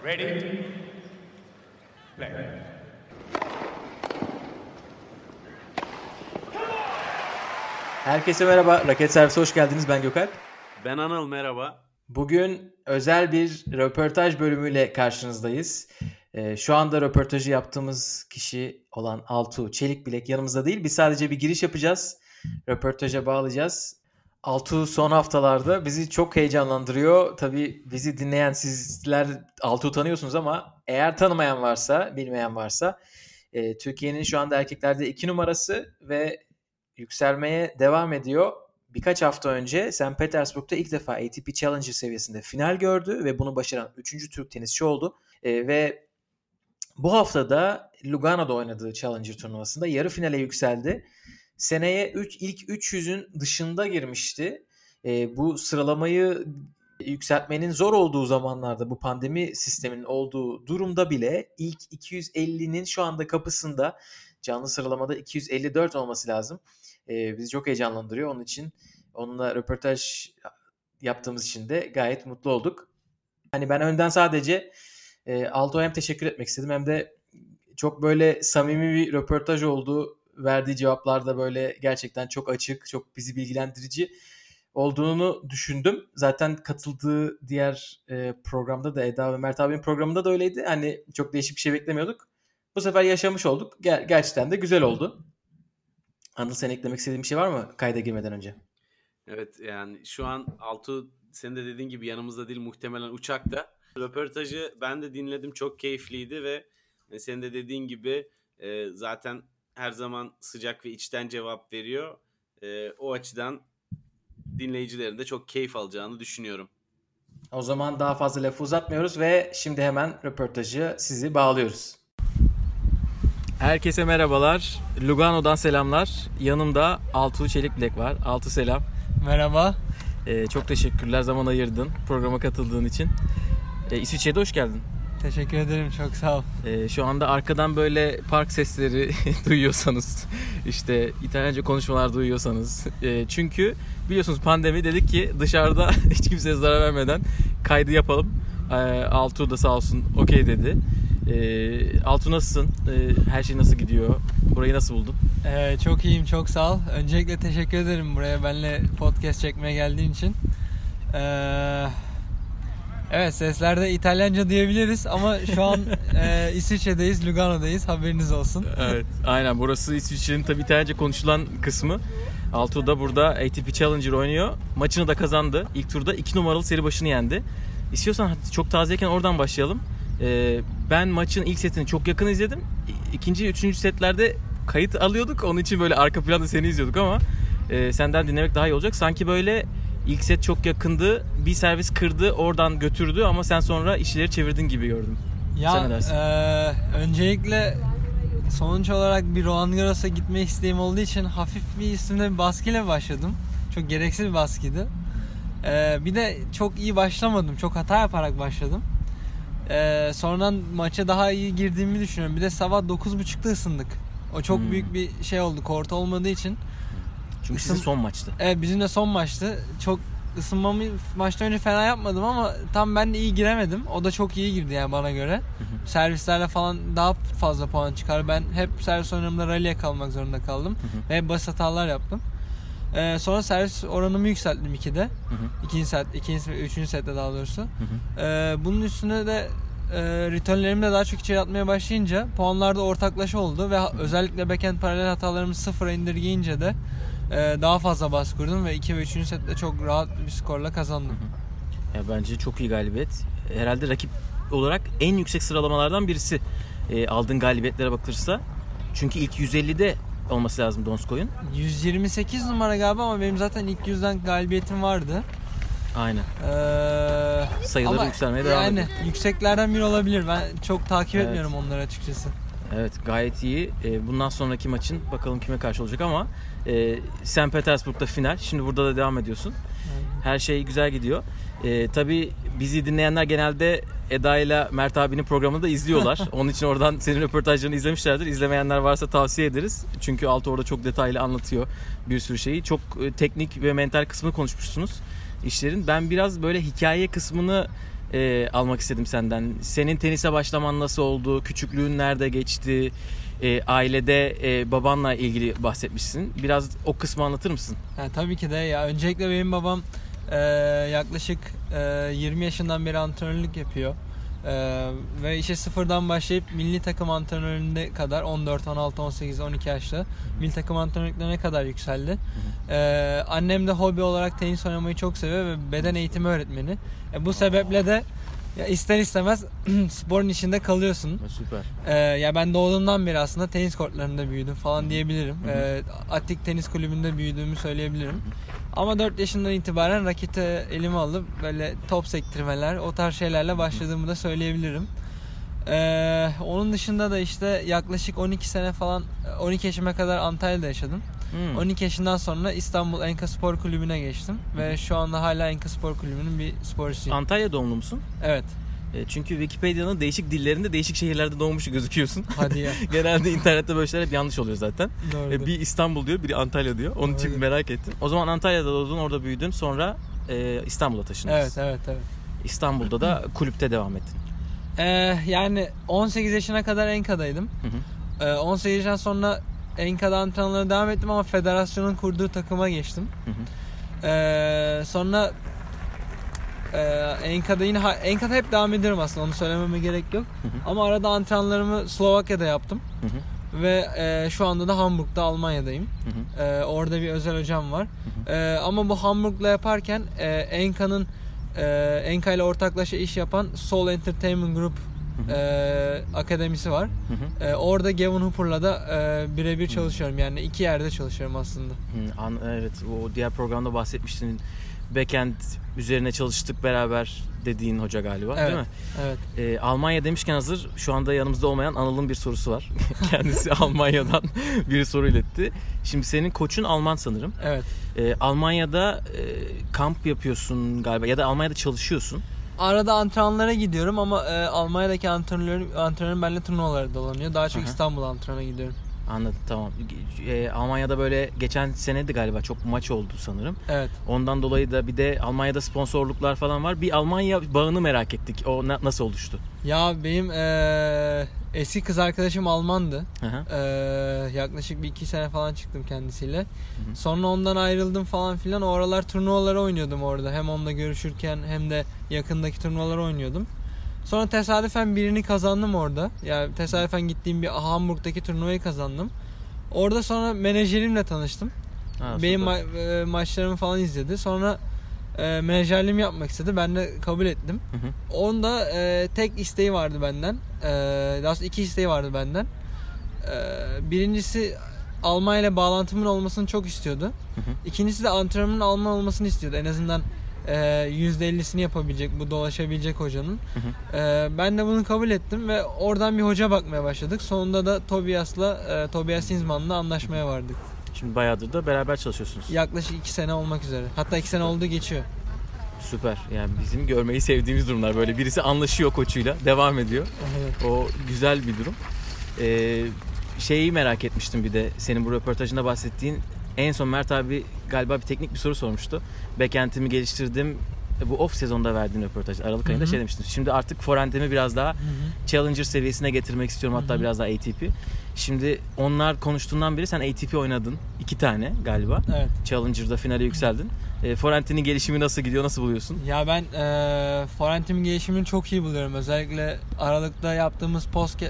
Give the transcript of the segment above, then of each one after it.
Ready? Play. Herkese merhaba. Raket Servisi hoş geldiniz. Ben Gökalp. Ben Anıl, merhaba. Bugün özel bir röportaj bölümüyle karşınızdayız. Şu anda röportajı yaptığımız kişi olan Altuğ Çelikbilek yanımızda değil. Biz sadece bir giriş yapacağız. Röportaja bağlayacağız. Altuğ son haftalarda bizi çok heyecanlandırıyor. Tabii bizi dinleyen sizler Altuğ'u tanıyorsunuz ama eğer tanımayan varsa, bilmeyen varsa Türkiye'nin şu anda erkeklerde 2 numarası ve yükselmeye devam ediyor. Birkaç hafta önce St. Petersburg'da ilk defa ATP Challenger seviyesinde final gördü ve bunu başaran 3. Türk tenisçi oldu. Ve bu haftada Lugano'da oynadığı Challenger turnuvasında yarı finale yükseldi. Seneye ilk 300'ün dışında girmişti. Bu sıralamayı yükseltmenin zor olduğu zamanlarda, bu pandemi sisteminin olduğu durumda bile ilk 250'nin şu anda kapısında, canlı sıralamada 254 olması lazım. Bizi çok heyecanlandırıyor. Onun için onunla röportaj yaptığımız için de gayet mutlu olduk. Hani ben önden sadece Altuğ'a hem teşekkür etmek istedim hem de çok böyle samimi bir röportaj oldu. Verdiği cevaplar da böyle gerçekten çok açık, çok bizi bilgilendirici olduğunu düşündüm. Zaten katıldığı diğer programda da, Eda ve Mert abinin programında da öyleydi. Hani çok değişik bir şey beklemiyorduk. Bu sefer yaşamış olduk. Gerçekten de güzel oldu. Anıl, sen eklemek istediğin bir şey var mı kayda girmeden önce? Evet, yani şu an Altuğ senin de dediğin gibi yanımızda değil, muhtemelen uçakta. Röportajı ben de dinledim, çok keyifliydi ve senin de dediğin gibi zaten her zaman sıcak ve içten cevap veriyor. O açıdan dinleyicilerin de çok keyif alacağını düşünüyorum. O zaman daha fazla lafı uzatmıyoruz ve şimdi hemen röportajı sizi bağlıyoruz. Herkese merhabalar. Lugano'dan selamlar. Yanımda Altuğ Çelikbilek var. Altuğ selam. Merhaba. Çok teşekkürler zaman ayırdın programa katıldığın için. İsviçre'de hoş geldin. Teşekkür ederim, çok sağ ol. Şu anda arkadan böyle park sesleri duyuyorsanız, işte İtalyanca konuşmalar duyuyorsanız. Çünkü biliyorsunuz pandemi, dedik ki dışarıda hiç kimseye zarar vermeden kaydı yapalım. Altuğ da sağ olsun okey dedi. Altuğ nasılsın? Her şey nasıl gidiyor? Burayı nasıl buldun? Çok iyiyim, çok sağ ol. Öncelikle teşekkür ederim buraya benimle podcast çekmeye geldiğin için. Evet, seslerde İtalyanca diyebiliriz ama şu an İsviçre'deyiz, Lugano'dayız, haberiniz olsun. Evet, aynen, burası İsviçre'nin tabii İtalyanca konuşulan kısmı. Altuğ da burada ATP Challenger oynuyor. Maçını da kazandı. İlk turda 2 numaralı seri başını yendi. İstiyorsan çok tazeyken oradan başlayalım. Ben maçın ilk setini çok yakın izledim. İkinci, üçüncü setlerde kayıt alıyorduk. Onun için böyle arka planda seni izliyorduk ama senden dinlemek daha iyi olacak. Sanki böyle ilk set çok yakındı. Bir servis kırdı, oradan götürdü ama sen sonra işleri çevirdin gibi gördüm. Ya öncelikle sonuç olarak bir Roland Garros'a gitme isteğim olduğu için hafif bir üstümde bir baskıyla başladım. Çok gereksiz bir baskıydı. Bir de çok iyi başlamadım. Çok hata yaparak başladım. Sonradan maça daha iyi girdiğimi düşünüyorum. Bir de sabah 9.30'da ısındık. O çok büyük bir şey oldu. Kort olmadığı için. Çünkü sizin son maçtı. Evet, bizim de son maçtı. Çok ısınmamı maçtan önce fena yapmadım ama tam ben de iyi giremedim. O da çok iyi girdi yani bana göre. Servislerle falan daha fazla puan çıkar. Ben hep servis oyunlarımda rally'e kalmak zorunda kaldım. Ve basit hatalar yaptım. Sonra servis oranımı yükselttim 2'de. Üçüncü sette daha doğrusu. Bunun üstüne de returnlerimi de daha çok içeri atmaya başlayınca puanlarda ortaklaşa oldu ve özellikle backhand paralel hatalarımı sıfıra indirgeyince de daha fazla baskı kurdum ve 2 ve 3. sette çok rahat bir skorla kazandım. Ya bence çok iyi galibiyet. Herhalde rakip olarak en yüksek sıralamalardan birisi aldığın galibiyetlere bakılırsa. Çünkü ilk 150'de olması lazım Donskoy'un. 128 numara galiba ama benim zaten ilk 100'den galibiyetim vardı. Aynen. Sayıları yükselmeye devam ediyor. Yani yükseklerden biri olabilir. Ben çok takip etmiyorum onları açıkçası. Evet, gayet iyi. Bundan sonraki maçın bakalım kime karşı olacak ama St. Petersburg'da final. Şimdi burada da devam ediyorsun. Her şey güzel gidiyor. Tabii bizi dinleyenler genelde Eda ile Mert abinin programını da izliyorlar. Onun için oradan senin röportajlarını izlemişlerdir. İzlemeyenler varsa tavsiye ederiz. Çünkü Altuğ orada çok detaylı anlatıyor bir sürü şeyi. Çok teknik ve mental kısmını konuşmuşsunuz işlerin. Ben biraz böyle hikaye kısmını almak istedim senden. Senin tenise başlaman nasıl oldu? Küçüklüğün nerede geçti? Ailede babanla ilgili bahsetmişsin. Biraz o kısmı anlatır mısın? Tabii ki de. Ya öncelikle benim babam yaklaşık 20 yaşından beri antrenörlük yapıyor. Ve işe sıfırdan başlayıp milli takım antrenörlüğüne kadar 14, 16, 18, 12 yaşta milli takım antrenörlüklerine kadar yükseldi. Annem de hobi olarak tenis oynamayı çok seviyor ve beden eğitimi öğretmeni. Bu sebeple de ya ister istemez sporun içinde kalıyorsun. Süper. Ya ben doğduğumdan beri aslında tenis kortlarında büyüdüm falan diyebilirim. Atik Tenis Kulübü'nde büyüdüğümü söyleyebilirim. Ama 4 yaşından itibaren raketi elime alıp böyle top sektirmeler, o tarz şeylerle başladığımı da söyleyebilirim. Onun dışında da işte yaklaşık 12 sene falan, 12 yaşıma kadar Antalya'da yaşadım. 12 yaşından sonra İstanbul Enka Spor Kulübü'ne geçtim. Ve şu anda hala Enka Spor Kulübü'nün bir sporcusuyum. Antalya doğumlu musun? Evet. Çünkü Wikipedia'nın değişik dillerinde değişik şehirlerde doğmuş gözüküyorsun. Hadi ya. Genelde internette böyle şeyler hep yanlış oluyor zaten. Doğrudur. Bir İstanbul diyor, biri Antalya diyor. Onun için Doğrudur. merak ettim. O zaman Antalya'da doğdun, orada büyüdün. Sonra İstanbul'a taşındın. Evet. İstanbul'da da kulüpte devam ettin. Yani 18 yaşına kadar Enka'daydım. 18 yaşından sonra Enka'da antrenörlüğe devam ettim ama federasyonun kurduğu takıma geçtim. Sonra Enka'da hep devam ediyorum aslında, onu söylememe gerek yok. Ama arada antrenörlüğümü Slovakya'da yaptım. Ve şu anda da Hamburg'da, Almanya'dayım. Orada bir özel hocam var. Ama bu Hamburg'la yaparken Enka ile ortaklaşa iş yapan Soul Entertainment Group akademisi var. Orada Gavin Hooper'la da birebir çalışıyorum. Yani 2 yerde çalışıyorum aslında. Evet, o diğer programda bahsetmiştin. Backend üzerine çalıştık beraber dediğin hoca galiba, evet, değil mi? Evet. Almanya demişken hazır, şu anda yanımızda olmayan Anıl'ın bir sorusu var. Kendisi Almanya'dan bir soru iletti. Şimdi senin koçun Alman sanırım. Evet. Almanya'da kamp yapıyorsun galiba ya da Almanya'da çalışıyorsun. Arada antrenmanlara gidiyorum ama Almanya'daki antrenörüm benimle turnuvalara dolanıyor. Daha çok İstanbul antrenöre gidiyorum. Anladım, tamam. Almanya'da böyle geçen sene de galiba çok maç oldu sanırım. Evet. Ondan dolayı da bir de Almanya'da sponsorluklar falan var. Bir Almanya bağını merak ettik. O nasıl oluştu? Ya benim eski kız arkadaşım Almandı. Yaklaşık 1-2 sene falan çıktım kendisiyle. Sonra ondan ayrıldım falan filan. O aralar turnuvalara oynuyordum orada. Hem onunla görüşürken hem de yakındaki turnuvalara oynuyordum. Sonra tesadüfen birini kazandım orada. Yani tesadüfen gittiğim bir Hamburg'daki turnuvayı kazandım. Orada sonra menajerimle tanıştım. Benim maçlarımı falan izledi. Sonra menajerliğimi yapmak istedi. Ben de kabul ettim. Onda tek isteği vardı benden. Daha doğrusu 2 isteği vardı benden. Birincisi Almanya ile bağlantımın olmasını çok istiyordu. İkincisi de antrenörümün Alman olmasını istiyordu. En azından %50'sini yapabilecek, bu dolaşabilecek hocanın. Ben de bunu kabul ettim ve oradan bir hoca bakmaya başladık. Sonunda da Tobias Hinsmann'la anlaşmaya vardık. Şimdi bayağıdır da beraber çalışıyorsunuz. Yaklaşık 2 sene olmak üzere. Hatta 2 sene oldu geçiyor. Süper. Yani bizim görmeyi sevdiğimiz durumlar. Böyle birisi anlaşıyor koçuyla, devam ediyor. Evet. O güzel bir durum. Şeyi merak etmiştim bir de, senin bu röportajında bahsettiğin, en son Mert abi galiba bir teknik bir soru sormuştu. Backend'imi geliştirdim. Bu off sezonda verdiğin röportaj Aralık ayında şey demiştin. Şimdi artık forehand'imi biraz daha Challenger seviyesine getirmek istiyorum. Hatta biraz daha ATP. Şimdi onlar konuştuğundan beri sen ATP oynadın. 2 tane galiba. Evet. Challenger'da finale yükseldin. Forehand'inin gelişimi nasıl gidiyor? Nasıl buluyorsun? Ya ben forehand'imin gelişimini çok iyi buluyorum. Özellikle Aralık'ta yaptığımız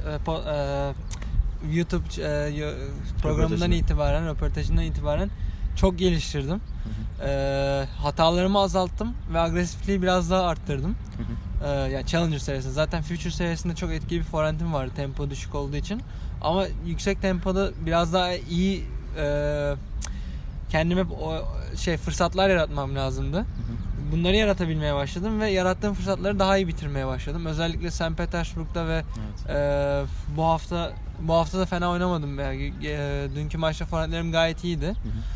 YouTube programından itibaren, röportajından itibaren çok geliştirdim. Hatalarımı azalttım ve agresifliği biraz daha arttırdım. Yani Challenger seviyesinde. Zaten Future seviyesinde çok etkili bir forehand'im vardı, tempo düşük olduğu için. Ama yüksek tempoda biraz daha iyi kendime fırsatlar yaratmam lazımdı. Bunları yaratabilmeye başladım ve yarattığım fırsatları daha iyi bitirmeye başladım. Özellikle St. Petersburg'da ve bu hafta da fena oynamadım. Yani, dünkü maçta forehandlerim gayet iyiydi.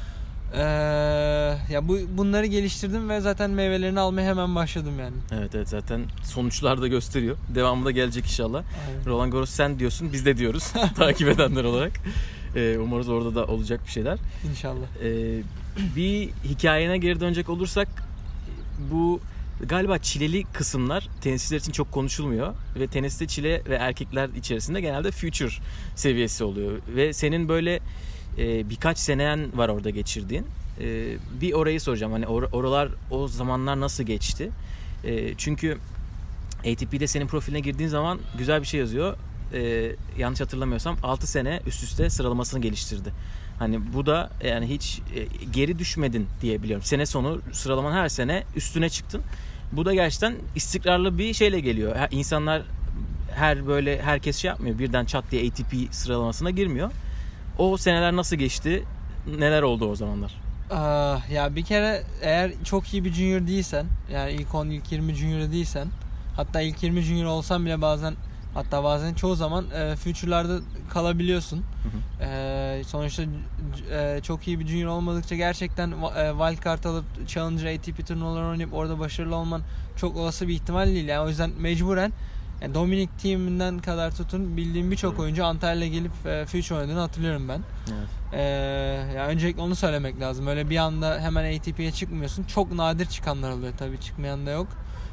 Ya bunları geliştirdim ve zaten meyvelerini almaya hemen başladım yani. Evet zaten sonuçlar da gösteriyor. Devamı da gelecek inşallah. Aynen. Roland Garros sen diyorsun, biz de diyoruz takip edenler olarak. Umarız orada da olacak bir şeyler. İnşallah. Bir hikayene geri dönecek olursak, bu galiba çileli kısımlar tenisçiler için çok konuşulmuyor ve teniste çile ve erkekler içerisinde genelde future seviyesi oluyor ve senin böyle birkaç senen var orada geçirdiğin. Bir orayı soracağım, hani oralar, o zamanlar nasıl geçti? Çünkü ATP'de senin profiline girdiğin zaman güzel bir şey yazıyor. Yanlış hatırlamıyorsam 6 sene üst üste sıralamasını geliştirdi. Hani bu da yani hiç geri düşmedin diye biliyorum. Sene sonu sıralaman her sene üstüne çıktın. Bu da gerçekten istikrarlı bir şeyle geliyor. İnsanlar herkes şey yapmıyor. Birden çat diye ATP sıralamasına girmiyor. O seneler nasıl geçti? Neler oldu o zamanlar? Ya bir kere eğer çok iyi bir junior değilsen, yani ilk 10 ilk 20 junior değilsen, hatta ilk 20 junior olsan bile bazen çoğu zaman future'larda kalabiliyorsun. Sonuçta çok iyi bir junior olmadıkça gerçekten wildcard alıp Challenger ATP turnuvaları oynayıp orada başarılı olman çok olası bir ihtimal değil. Yani o yüzden mecburen Dominic Thiem'den kadar tutun bildiğim birçok oyuncu Antalya'ya gelip future oynadığını hatırlıyorum ben. Evet. Yani öncelikle onu söylemek lazım. Öyle bir anda hemen ATP'ye çıkmıyorsun. Çok nadir çıkanlar oluyor tabii, çıkmayan da yok.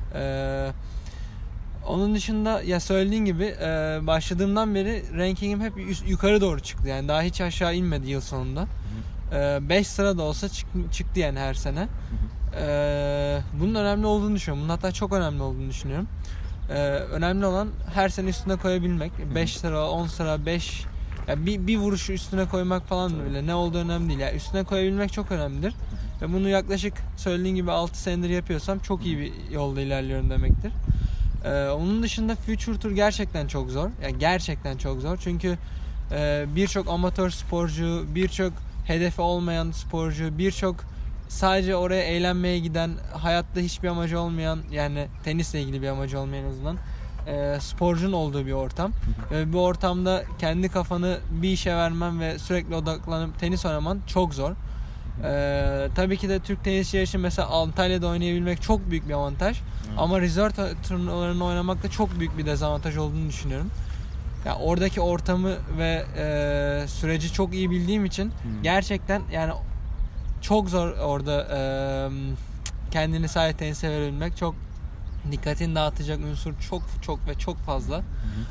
Onun dışında ya söylediğin gibi başladığımdan beri rankingim hep yukarı doğru çıktı. Yani daha hiç aşağı inmedi yıl sonunda. 5 sıra da olsa çıktı yani her sene. Bunun önemli olduğunu düşünüyorum. Bunun hatta çok önemli olduğunu düşünüyorum. Önemli olan her sene üstüne koyabilmek. 5 sıra, 10 sıra, 5 yani bir vuruşu üstüne koymak falan bile ne olduğu önemli değil. Yani üstüne koyabilmek çok önemlidir. Ve bunu yaklaşık söylediğin gibi 6 senedir yapıyorsam çok iyi bir yolda ilerliyorum demektir. Onun dışında Future Tour gerçekten çok zor. Yani gerçekten çok zor. Çünkü birçok amatör sporcu, birçok hedefi olmayan sporcu, birçok sadece oraya eğlenmeye giden, hayatta hiçbir amacı olmayan, yani tenisle ilgili bir amacı olmayan en azından sporcunun olduğu bir ortam. Ve bu ortamda kendi kafanı bir işe vermen ve sürekli odaklanıp tenis oynaman çok zor. Tabii ki de Türk tenisçiler için mesela Antalya'da oynayabilmek çok büyük bir avantaj. Ama resort turnuvalarını oynamak da çok büyük bir dezavantaj olduğunu düşünüyorum. Yani oradaki ortamı ve süreci çok iyi bildiğim için gerçekten yani çok zor orada kendini sadece tenise verebilmek. Çok dikkatini dağıtacak unsur çok fazla.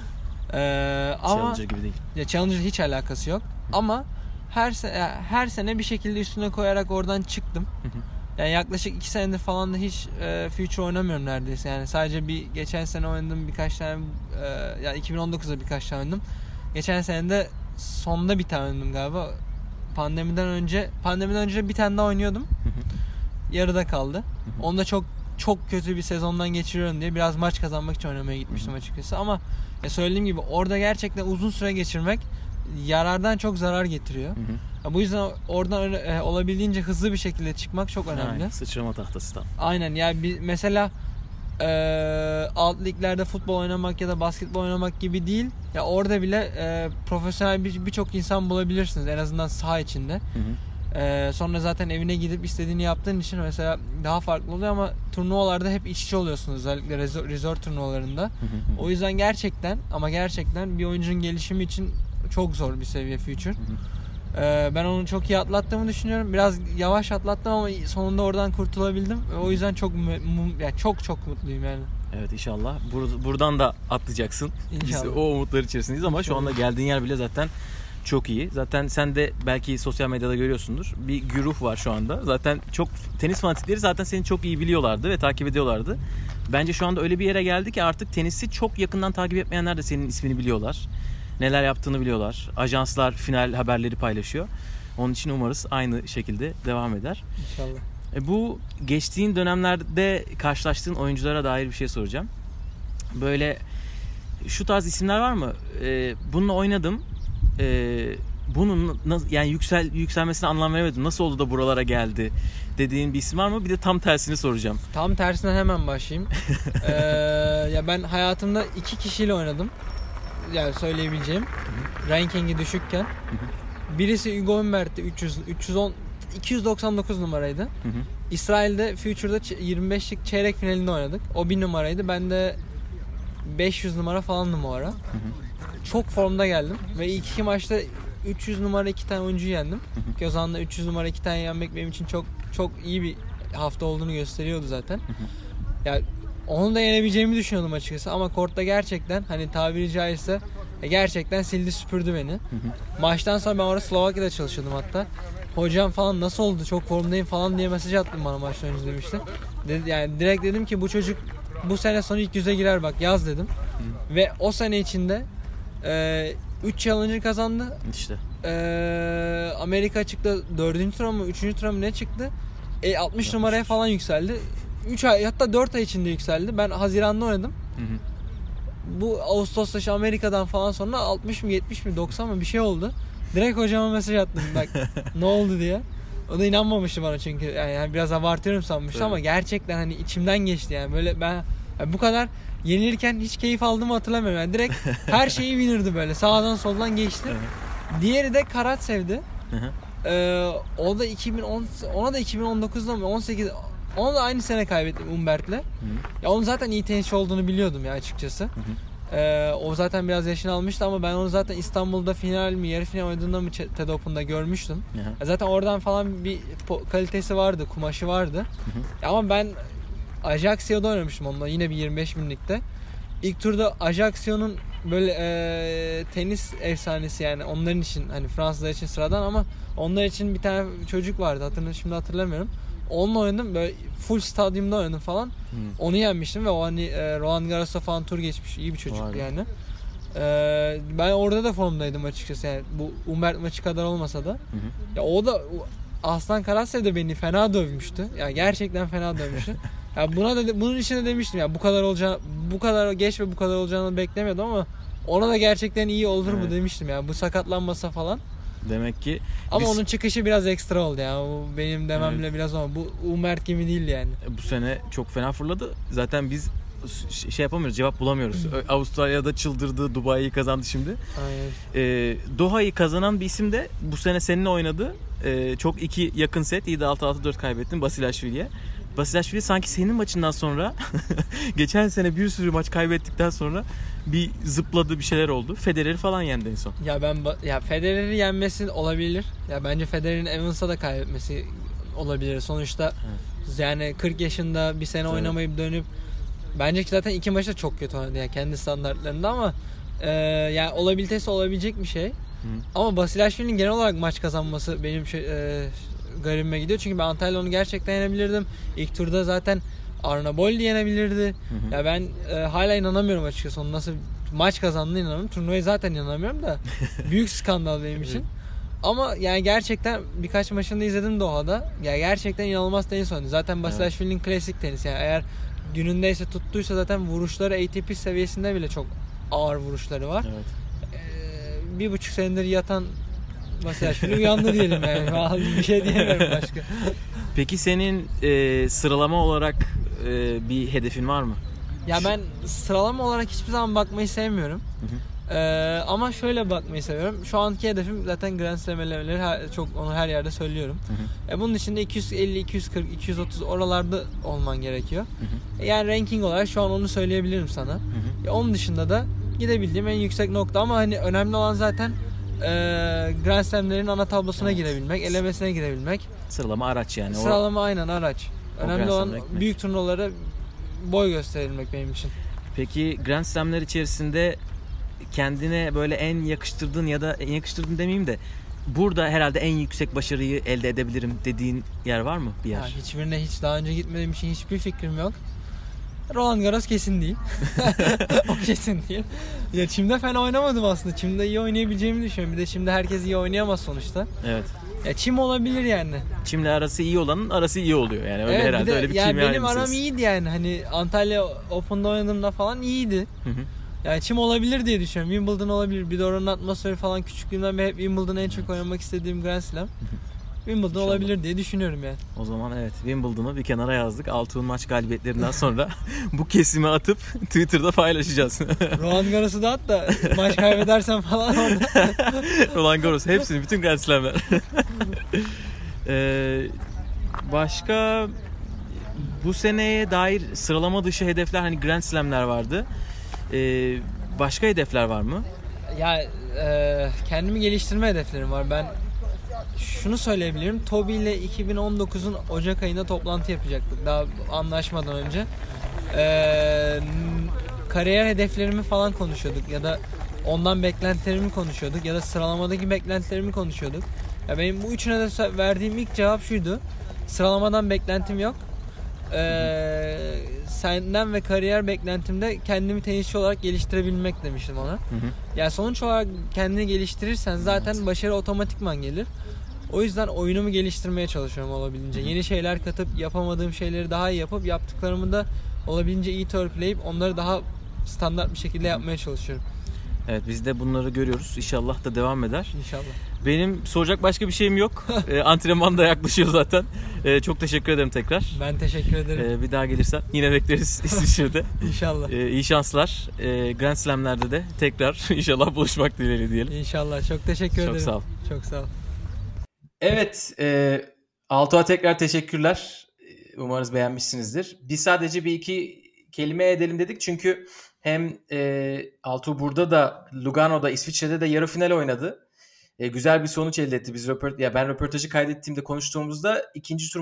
Ama Challenger gibi değil. Ya Challenger hiç alakası yok. Ama her sene bir şekilde üstüne koyarak oradan çıktım. Yani yaklaşık 2 senedir falan da hiç future oynamıyorum neredeyse. Yani sadece geçen sene oynadım birkaç tane, yani 2019'da birkaç tane oynadım. Geçen sene de sonda bir tane oynadım galiba. Pandemiden önce bir tane daha oynuyordum. Yarıda kaldı. Onda çok kötü bir sezondan geçiriyorum diye biraz maç kazanmak için oynamaya gitmiştim açıkçası. Ama söylediğim gibi orada gerçekten uzun süre geçirmek yarardan çok zarar getiriyor. Bu yüzden oradan olabildiğince hızlı bir şekilde çıkmak çok önemli. Aynen, sıçrama tahtası tam. Aynen yani mesela alt liglerde futbol oynamak ya da basketbol oynamak gibi değil. Ya orada bile profesyonel birçok insan bulabilirsiniz en azından saha içinde. Sonra zaten evine gidip istediğini yaptığın için mesela daha farklı oluyor ama turnuvalarda hep iç içe oluyorsunuz, özellikle resort turnuvalarında. O yüzden gerçekten bir oyuncunun gelişimi için çok zor bir seviye future. Ben onu çok iyi atlattığımı düşünüyorum. Biraz yavaş atlattım ama sonunda oradan kurtulabildim. O yüzden çok mutluyum yani. Evet, inşallah. Buradan da atlayacaksın. İnşallah. Biz o umutlar içerisindeyiz ama şu anda geldiğin yer bile zaten çok iyi. Zaten sen de belki sosyal medyada görüyorsundur. Bir güruh var şu anda. Zaten çok tenis fanatikleri zaten seni çok iyi biliyorlardı ve takip ediyorlardı. Bence şu anda öyle bir yere geldi ki artık tenisi çok yakından takip etmeyenler de senin ismini biliyorlar. Neler yaptığını biliyorlar. Ajanslar final haberleri paylaşıyor. Onun için umarız aynı şekilde devam eder. İnşallah. Bu geçtiğin dönemlerde karşılaştığın oyunculara dair bir şey soracağım. Böyle şu tarz isimler var mı? Bununla oynadım. Bunun yani yükselmesine anlam veremedim. Nasıl oldu da buralara geldi dediğin bir isim var mı? Bir de tam tersini soracağım. Tam tersinden hemen başlayayım. Ya ben hayatımda 2 kişiyle oynadım. Yani söyleyebileceğim. Rankingi düşükken. Birisi Hugo Humbert'ti, 299 numaraydı. İsrail'de Future'da 25'lik çeyrek finalinde oynadık. O 1000 numaraydı. Ben de 500 numara falandım o ara. Çok formda geldim ve ilk 2 maçta 300 numara 2 tane oyuncuyu yendim. Ki o zaman da 300 numara 2 tane yenmek benim için çok iyi bir hafta olduğunu gösteriyordu zaten. Ya onu da yenebileceğimi düşünüyordum açıkçası ama kortta gerçekten hani tabiri caizse gerçekten sildi süpürdü beni. Maçtan sonra ben orada Slovakya'da çalışıyordum hatta. Hocam falan nasıl oldu, çok formdayım falan diye mesaj attım bana maçtan önce demişti. Yani direkt dedim ki bu çocuk bu sene sonu ilk 100'e girer bak yaz dedim. Ve o sene içinde 3 Challenger kazandı. İşte. Amerika çıktı 4. tura mı 3. tura mı ne çıktı? 60 numaraya falan yükseldi. 3 ay hatta 4 ay içinde yükseldi. Ben Haziran'da oynadım. Bu Ağustos'ta Amerika'dan falan sonra 60 mı 70 mi 90 mı bir şey oldu. Direkt hocama mesaj attım bak ne oldu diye. O da inanmamıştı bana çünkü yani biraz abartıyorum sanmıştı ama gerçekten hani içimden geçti yani böyle ben yani bu kadar yenilirken hiç keyif aldığımı hatırlamıyorum. Yani direkt her şeyi winner'dı böyle sağdan soldan geçti. Diğeri de Karatsev'di. O da 2010 ona da 2019'da mı 18 onu da aynı sene kaybettim Umbert'le. Ya onun zaten iyi tenisçi olduğunu biliyordum ya açıkçası. O zaten biraz yaşını almıştı ama ben onu zaten İstanbul'da final mi yarı final oynadığında mı TED Open'da görmüştüm. Zaten oradan falan bir kalitesi vardı, kumaşı vardı. Ama ben Ajacsio'da oynamıştım onunla yine bir 25 binlikte. İlk turda Ajacsio'nun böyle tenis efsanesi yani onların için hani Fransızlar için sıradan ama onlar için bir tane çocuk vardı şimdi hatırlamıyorum. Onunla oynadım böyle full stadyumda oynadım falan. Onu yenmiştim ve o hani Roland Garros'a falan tur geçmiş iyi bir çocuktu yani. Ben orada da formdaydım açıkçası yani bu Humbert maçı kadar olmasa da. Ya o da Aslan Karatsev de beni fena dövmüştü. Ya gerçekten fena dövmüştü. Ya bunun için de demiştim ya bu kadar geç ve bu kadar olacağını beklemiyordum ama ona da gerçekten iyi olur mu demiştim ya bu sakatlanmasa falan. Demek ki ama onun çıkışı biraz ekstra oldu ya. O benim dememle biraz ama bu Umert gibi değil yani. Bu sene çok fena fırladı. Zaten biz şey yapamıyoruz, cevap bulamıyoruz. Avustralya'da çıldırdı, Dubai'yi kazandı şimdi. Aynen. Doha'yı kazanan bir isim de bu sene seninle oynadı. Çok iki yakın set. İyi de 6-6-4 kaybettin Basilashvili'ye. Basilashvili sanki senin maçından sonra geçen sene bir sürü maç kaybettikten sonra bir zıpladı, bir şeyler oldu. Federer'i falan yendi en son. Ya Federer'i yenmesi olabilir. Ya bence Federer'in Evans'a da kaybetmesi olabilir. Sonuçta yani 40 yaşında bir sene oynamayıp dönüp bence ki zaten iki maçta çok kötü oynadı yani kendi standartlarında ama yani olabilitesi olabilecek bir şey. Ama Basilashvili'nin genel olarak maç kazanması benim garibime gidiyor. Çünkü ben Antalya'da onu gerçekten yenebilirdim. İlk turda zaten Arnaboldi yenebilirdi. Ya ben hala inanamıyorum açıkçası onun nasıl maç kazandığına inanamıyorum. Turnuvaya zaten inanamıyorum da büyük skandal benim için. Ama yani gerçekten birkaç maçını izledim Doha'da. Ya gerçekten inanılmaz tenis oynadı. Zaten Basilashvili'nin klasik tenis yani eğer günündeyse tuttuysa zaten vuruşları ATP seviyesinde bile çok ağır vuruşları var. Evet. 1,5 senedir yatan Basilashvili uyandı diyelim yani. Bir şey diyemiyorum başka. Peki senin sıralama olarak bir hedefin var mı? Ya ben sıralama olarak hiçbir zaman bakmayı sevmiyorum. Ama şöyle bakmayı seviyorum. Şu anki hedefim zaten Grand Slam elemeleri çok onu her yerde söylüyorum. Bunun içinde 250, 240, 230 oralarda olman gerekiyor. Yani ranking olarak şu an onu söyleyebilirim sana. Onun dışında da gidebildiğim en yüksek nokta ama hani önemli olan zaten Grand Slam'lerin ana tablosuna girebilmek, elemesine girebilmek. Sıralama araç yani. Sıralama aynen araç. Önemli olan büyük turnuvalara boy gösterilmek benim için. Peki Grand Slam'ler içerisinde kendine böyle en yakıştırdığın ya da en yakıştırdığın demeyeyim de burada herhalde en yüksek başarıyı elde edebilirim dediğin yer var mı bir yer? Ya hiçbirine hiç daha önce gitmediğim için hiçbir fikrim yok. Roland Garros kesin değil. O kesin değil. Ya çimde fena oynamadım aslında. Çimde iyi oynayabileceğimi düşünüyorum. Bir de şimdi herkes iyi oynayamaz sonuçta. Evet. Ya çim olabilir yani. Çimle arası iyi olanın arası iyi oluyor yani. Öyle herhalde de, öyle bir yani kimya benim aram iyiydi yani. Hani Antalya Open'da oynadığımda falan iyiydi. Yani çim olabilir diye düşünüyorum. Wimbledon olabilir. Bir de oranın atmosferi falan küçüklüğümden beri hep Wimbledon'ı en çok oynamak istediğim Grand Slam. Wimbledon İnşallah olabilir diye düşünüyorum yani. O zaman evet Wimbledon'u bir kenara yazdık. Altuğ'un maç galibiyetlerinden sonra bu kesimi atıp Twitter'da paylaşacağız. Roland Garros'u da at da maç kaybedersen falan orada. Roland Garros hepsini bütün Grand Slam'ler. Başka bu seneye dair sıralama dışı hedefler hani Grand Slam'ler vardı. Başka hedefler var mı? Ya kendimi geliştirme hedeflerim var. Ben şunu söyleyebilirim. Toby ile 2019'un Ocak ayında toplantı yapacaktık. Daha anlaşmadan önce. Kariyer hedeflerimi falan konuşuyorduk ya da ondan beklentilerimi konuşuyorduk ya da sıralamadaki beklentilerimi konuşuyorduk. Ya benim bu üçüne de verdiğim ilk cevap şuydu: sıralamadan beklentim yok. Senden ve kariyer beklentimde kendimi tenisçi olarak geliştirebilmek demiştim ona. Yani sonuç olarak kendini geliştirirsen zaten başarı otomatikman gelir. O yüzden oyunumu geliştirmeye çalışıyorum olabildiğince. Yeni şeyler katıp yapamadığım şeyleri daha iyi yapıp yaptıklarımı da olabildiğince iyi törpüleyip onları daha standart bir şekilde yapmaya çalışıyorum. Evet, biz de bunları görüyoruz. İnşallah da devam eder. İnşallah. Benim soracak başka bir şeyim yok. Antrenman da yaklaşıyor zaten. Çok teşekkür ederim tekrar. Ben teşekkür ederim. Bir daha gelirsen yine bekleriz İsviçre'de. İnşallah. İyi şanslar. Grand Slam'lerde de tekrar inşallah buluşmak dileğiyle diyelim. İnşallah. Çok teşekkür ederim. Çok sağ ol. Çok sağ ol. Evet, Altuğ'a tekrar teşekkürler. Umarız beğenmişsinizdir. Biz sadece bir iki kelime edelim dedik çünkü hem Altuğ burada da Lugano'da, İsviçre'de de yarı final oynadı. Güzel bir sonuç elde etti. Ben röportajı kaydettiğimde konuştuğumuzda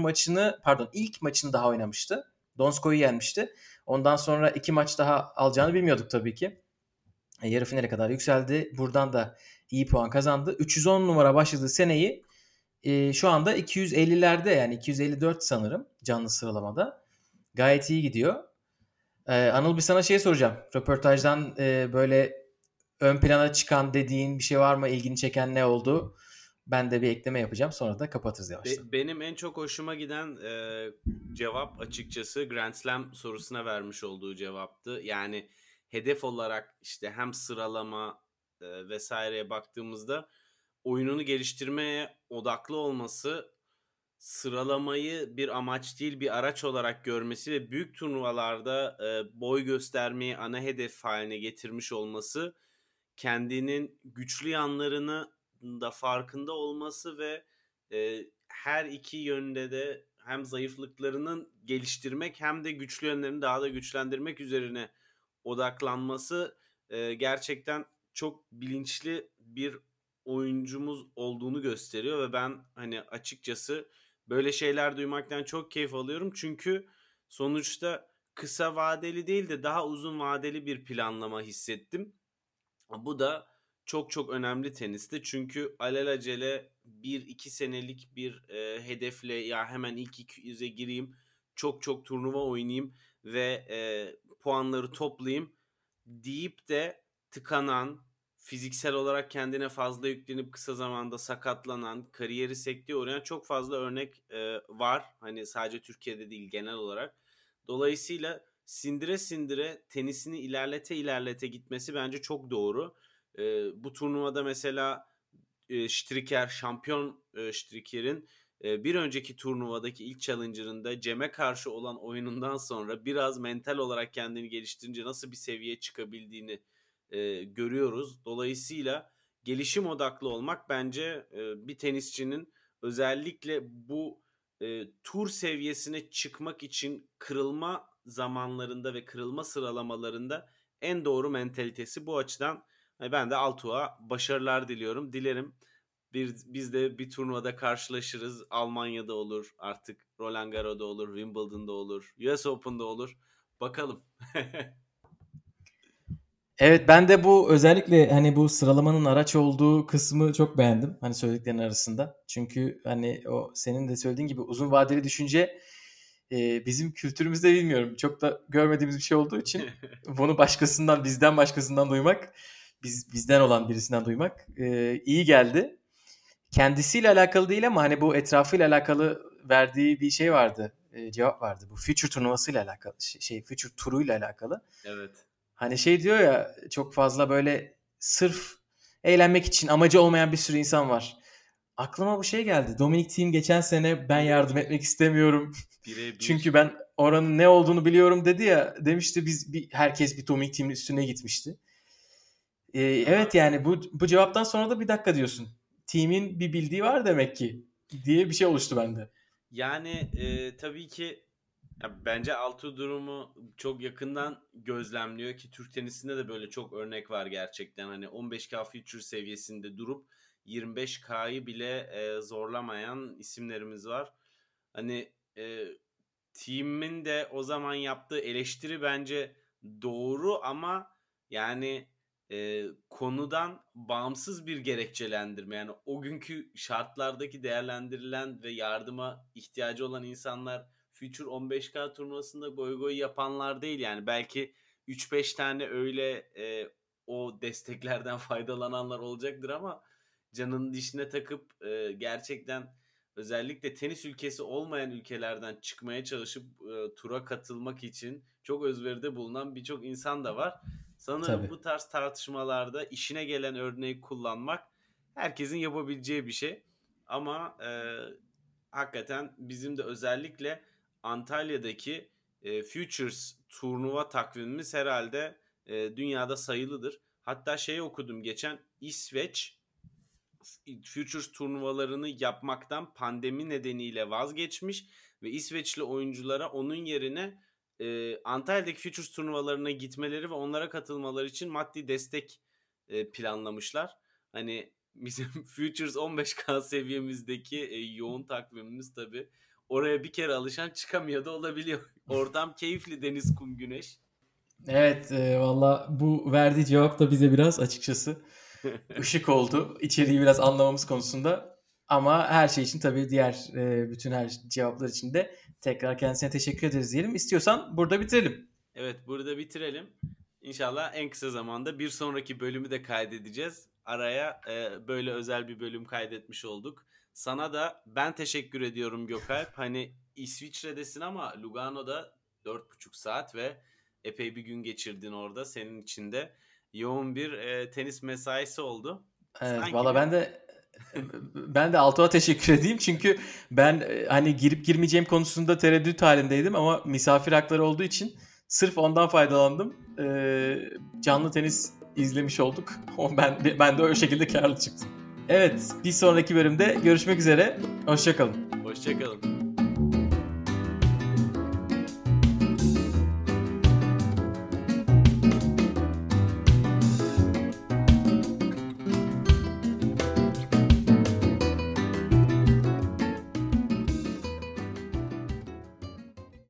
ilk maçını daha oynamıştı. Donskoy'u yenmişti. Ondan sonra 2 maç daha alacağını bilmiyorduk tabii ki. Yarı finale kadar yükseldi. Buradan da iyi puan kazandı. 310 numara başladığı seneyi şu anda 250'lerde, yani 254 sanırım canlı sıralamada. Gayet iyi gidiyor. Anıl, bir sana şey soracağım. Röportajdan böyle ön plana çıkan dediğin bir şey var mı? İlgini çeken ne oldu? Ben de bir ekleme yapacağım. Sonra da kapatırız yavaştan. Benim en çok hoşuma giden cevap açıkçası Grand Slam sorusuna vermiş olduğu cevaptı. Yani hedef olarak işte hem sıralama vesaireye baktığımızda oyununu geliştirmeye odaklı olması, sıralamayı bir amaç değil bir araç olarak görmesi ve büyük turnuvalarda boy göstermeyi ana hedef haline getirmiş olması, kendinin güçlü yanlarını da farkında olması ve her iki yönde de hem zayıflıklarının geliştirmek hem de güçlü yönlerini daha da güçlendirmek üzerine odaklanması gerçekten çok bilinçli bir oyuncumuz olduğunu gösteriyor ve ben hani açıkçası böyle şeyler duymaktan çok keyif alıyorum. Çünkü sonuçta kısa vadeli değil de daha uzun vadeli bir planlama hissettim. Bu da çok çok önemli teniste. Çünkü alelacele 1-2 senelik bir hedefle ya hemen ilk 200'e gireyim, çok çok turnuva oynayayım ve puanları toplayayım deyip de tıkanan, fiziksel olarak kendine fazla yüklenip kısa zamanda sakatlanan, kariyeri sekteye uğrayan çok fazla örnek var. Hani sadece Türkiye'de değil, genel olarak. Dolayısıyla sindire sindire tenisini ilerlete gitmesi bence çok doğru. Bu turnuvada mesela şampiyon Stricker'in bir önceki turnuvadaki ilk challenger'ında Cem'e karşı olan oyunundan sonra biraz mental olarak kendini geliştirince nasıl bir seviyeye çıkabildiğini görüyoruz. Dolayısıyla gelişim odaklı olmak bence bir tenisçinin özellikle bu tur seviyesine çıkmak için kırılma zamanlarında ve kırılma sıralamalarında en doğru mentalitesi. Bu açıdan ben de Altuğ'a başarılar diliyorum. Dilerim biz de bir turnuvada karşılaşırız. Almanya'da olur, artık Roland Garros'da olur, Wimbledon'da olur, US Open'da olur. Bakalım. Evet, ben de bu özellikle hani bu sıralamanın araç olduğu kısmı çok beğendim. Hani söylediklerin arasında. Çünkü hani o senin de söylediğin gibi uzun vadeli düşünce bizim kültürümüzde bilmiyorum. Çok da görmediğimiz bir şey olduğu için bunu bizden başkasından duymak, bizden olan birisinden duymak iyi geldi. Kendisiyle alakalı değil ama hani bu etrafıyla alakalı verdiği bir şey vardı. Cevap vardı. Bu Future turnuvasıyla alakalı, Future turuyla alakalı. Evet. Hani şey diyor ya, çok fazla böyle sırf eğlenmek için amacı olmayan bir sürü insan var. Aklıma bu şey geldi. Dominic Thiem geçen sene ben yardım etmek istemiyorum. Çünkü ben oranın ne olduğunu biliyorum dedi ya. Demişti herkes bir Dominic Thiem'in üstüne gitmişti. Evet, yani bu cevaptan sonra da bir dakika diyorsun. Thiem'in bir bildiği var demek ki diye bir şey oluştu bende. Yani tabii ki ya bence Altuğ durumu çok yakından gözlemliyor ki Türk tenisinde de böyle çok örnek var gerçekten. Hani 15K Future seviyesinde durup 25K'yı bile zorlamayan isimlerimiz var. Hani team'in de o zaman yaptığı eleştiri bence doğru ama yani konudan bağımsız bir gerekçelendirme. Yani o günkü şartlardaki değerlendirilen ve yardıma ihtiyacı olan insanlar Future 15K turnuvasında goy goy yapanlar değil. Yani belki 3-5 tane öyle o desteklerden faydalananlar olacaktır ama canının dişine takıp gerçekten özellikle tenis ülkesi olmayan ülkelerden çıkmaya çalışıp tura katılmak için çok özveride bulunan birçok insan da var. Sanırım Tabii. bu tarz tartışmalarda işine gelen örneği kullanmak herkesin yapabileceği bir şey. Ama hakikaten bizim de özellikle Antalya'daki Futures turnuva takvimimiz herhalde dünyada sayılıdır. Hatta şey okudum geçen, İsveç Futures turnuvalarını yapmaktan pandemi nedeniyle vazgeçmiş ve İsveçli oyunculara onun yerine Antalya'daki Futures turnuvalarına gitmeleri ve onlara katılmaları için maddi destek planlamışlar. Hani bizim Futures 15K seviyemizdeki yoğun takvimimiz tabii oraya bir kere alışan çıkamıyor da olabiliyor. Ortam keyifli, deniz, kum, güneş. Evet, valla bu verdiği cevap da bize biraz açıkçası ışık oldu. İçeriği biraz anlamamız konusunda. Ama her şey için tabii diğer bütün her cevaplar için de tekrar kendisine teşekkür ederiz diyelim. İstiyorsan burada bitirelim. Evet, burada bitirelim. İnşallah en kısa zamanda bir sonraki bölümü de kaydedeceğiz. Araya böyle özel bir bölüm kaydetmiş olduk. Sana da ben teşekkür ediyorum Gökalp. Hani İsviçre'desin ama Lugano'da 4,5 saat ve epey bir gün geçirdin orada. Senin için de yoğun bir tenis mesaisi oldu. Evet, Sanki valla ben de Altuğ'a teşekkür edeyim çünkü ben hani girip girmeyeceğim konusunda tereddüt halindeydim ama misafir hakları olduğu için sırf ondan faydalandım. Canlı tenis izlemiş olduk. Ben de o şekilde karlı çıktım. Evet, bir sonraki bölümde görüşmek üzere. Hoşça kalın. Hoşça kalın.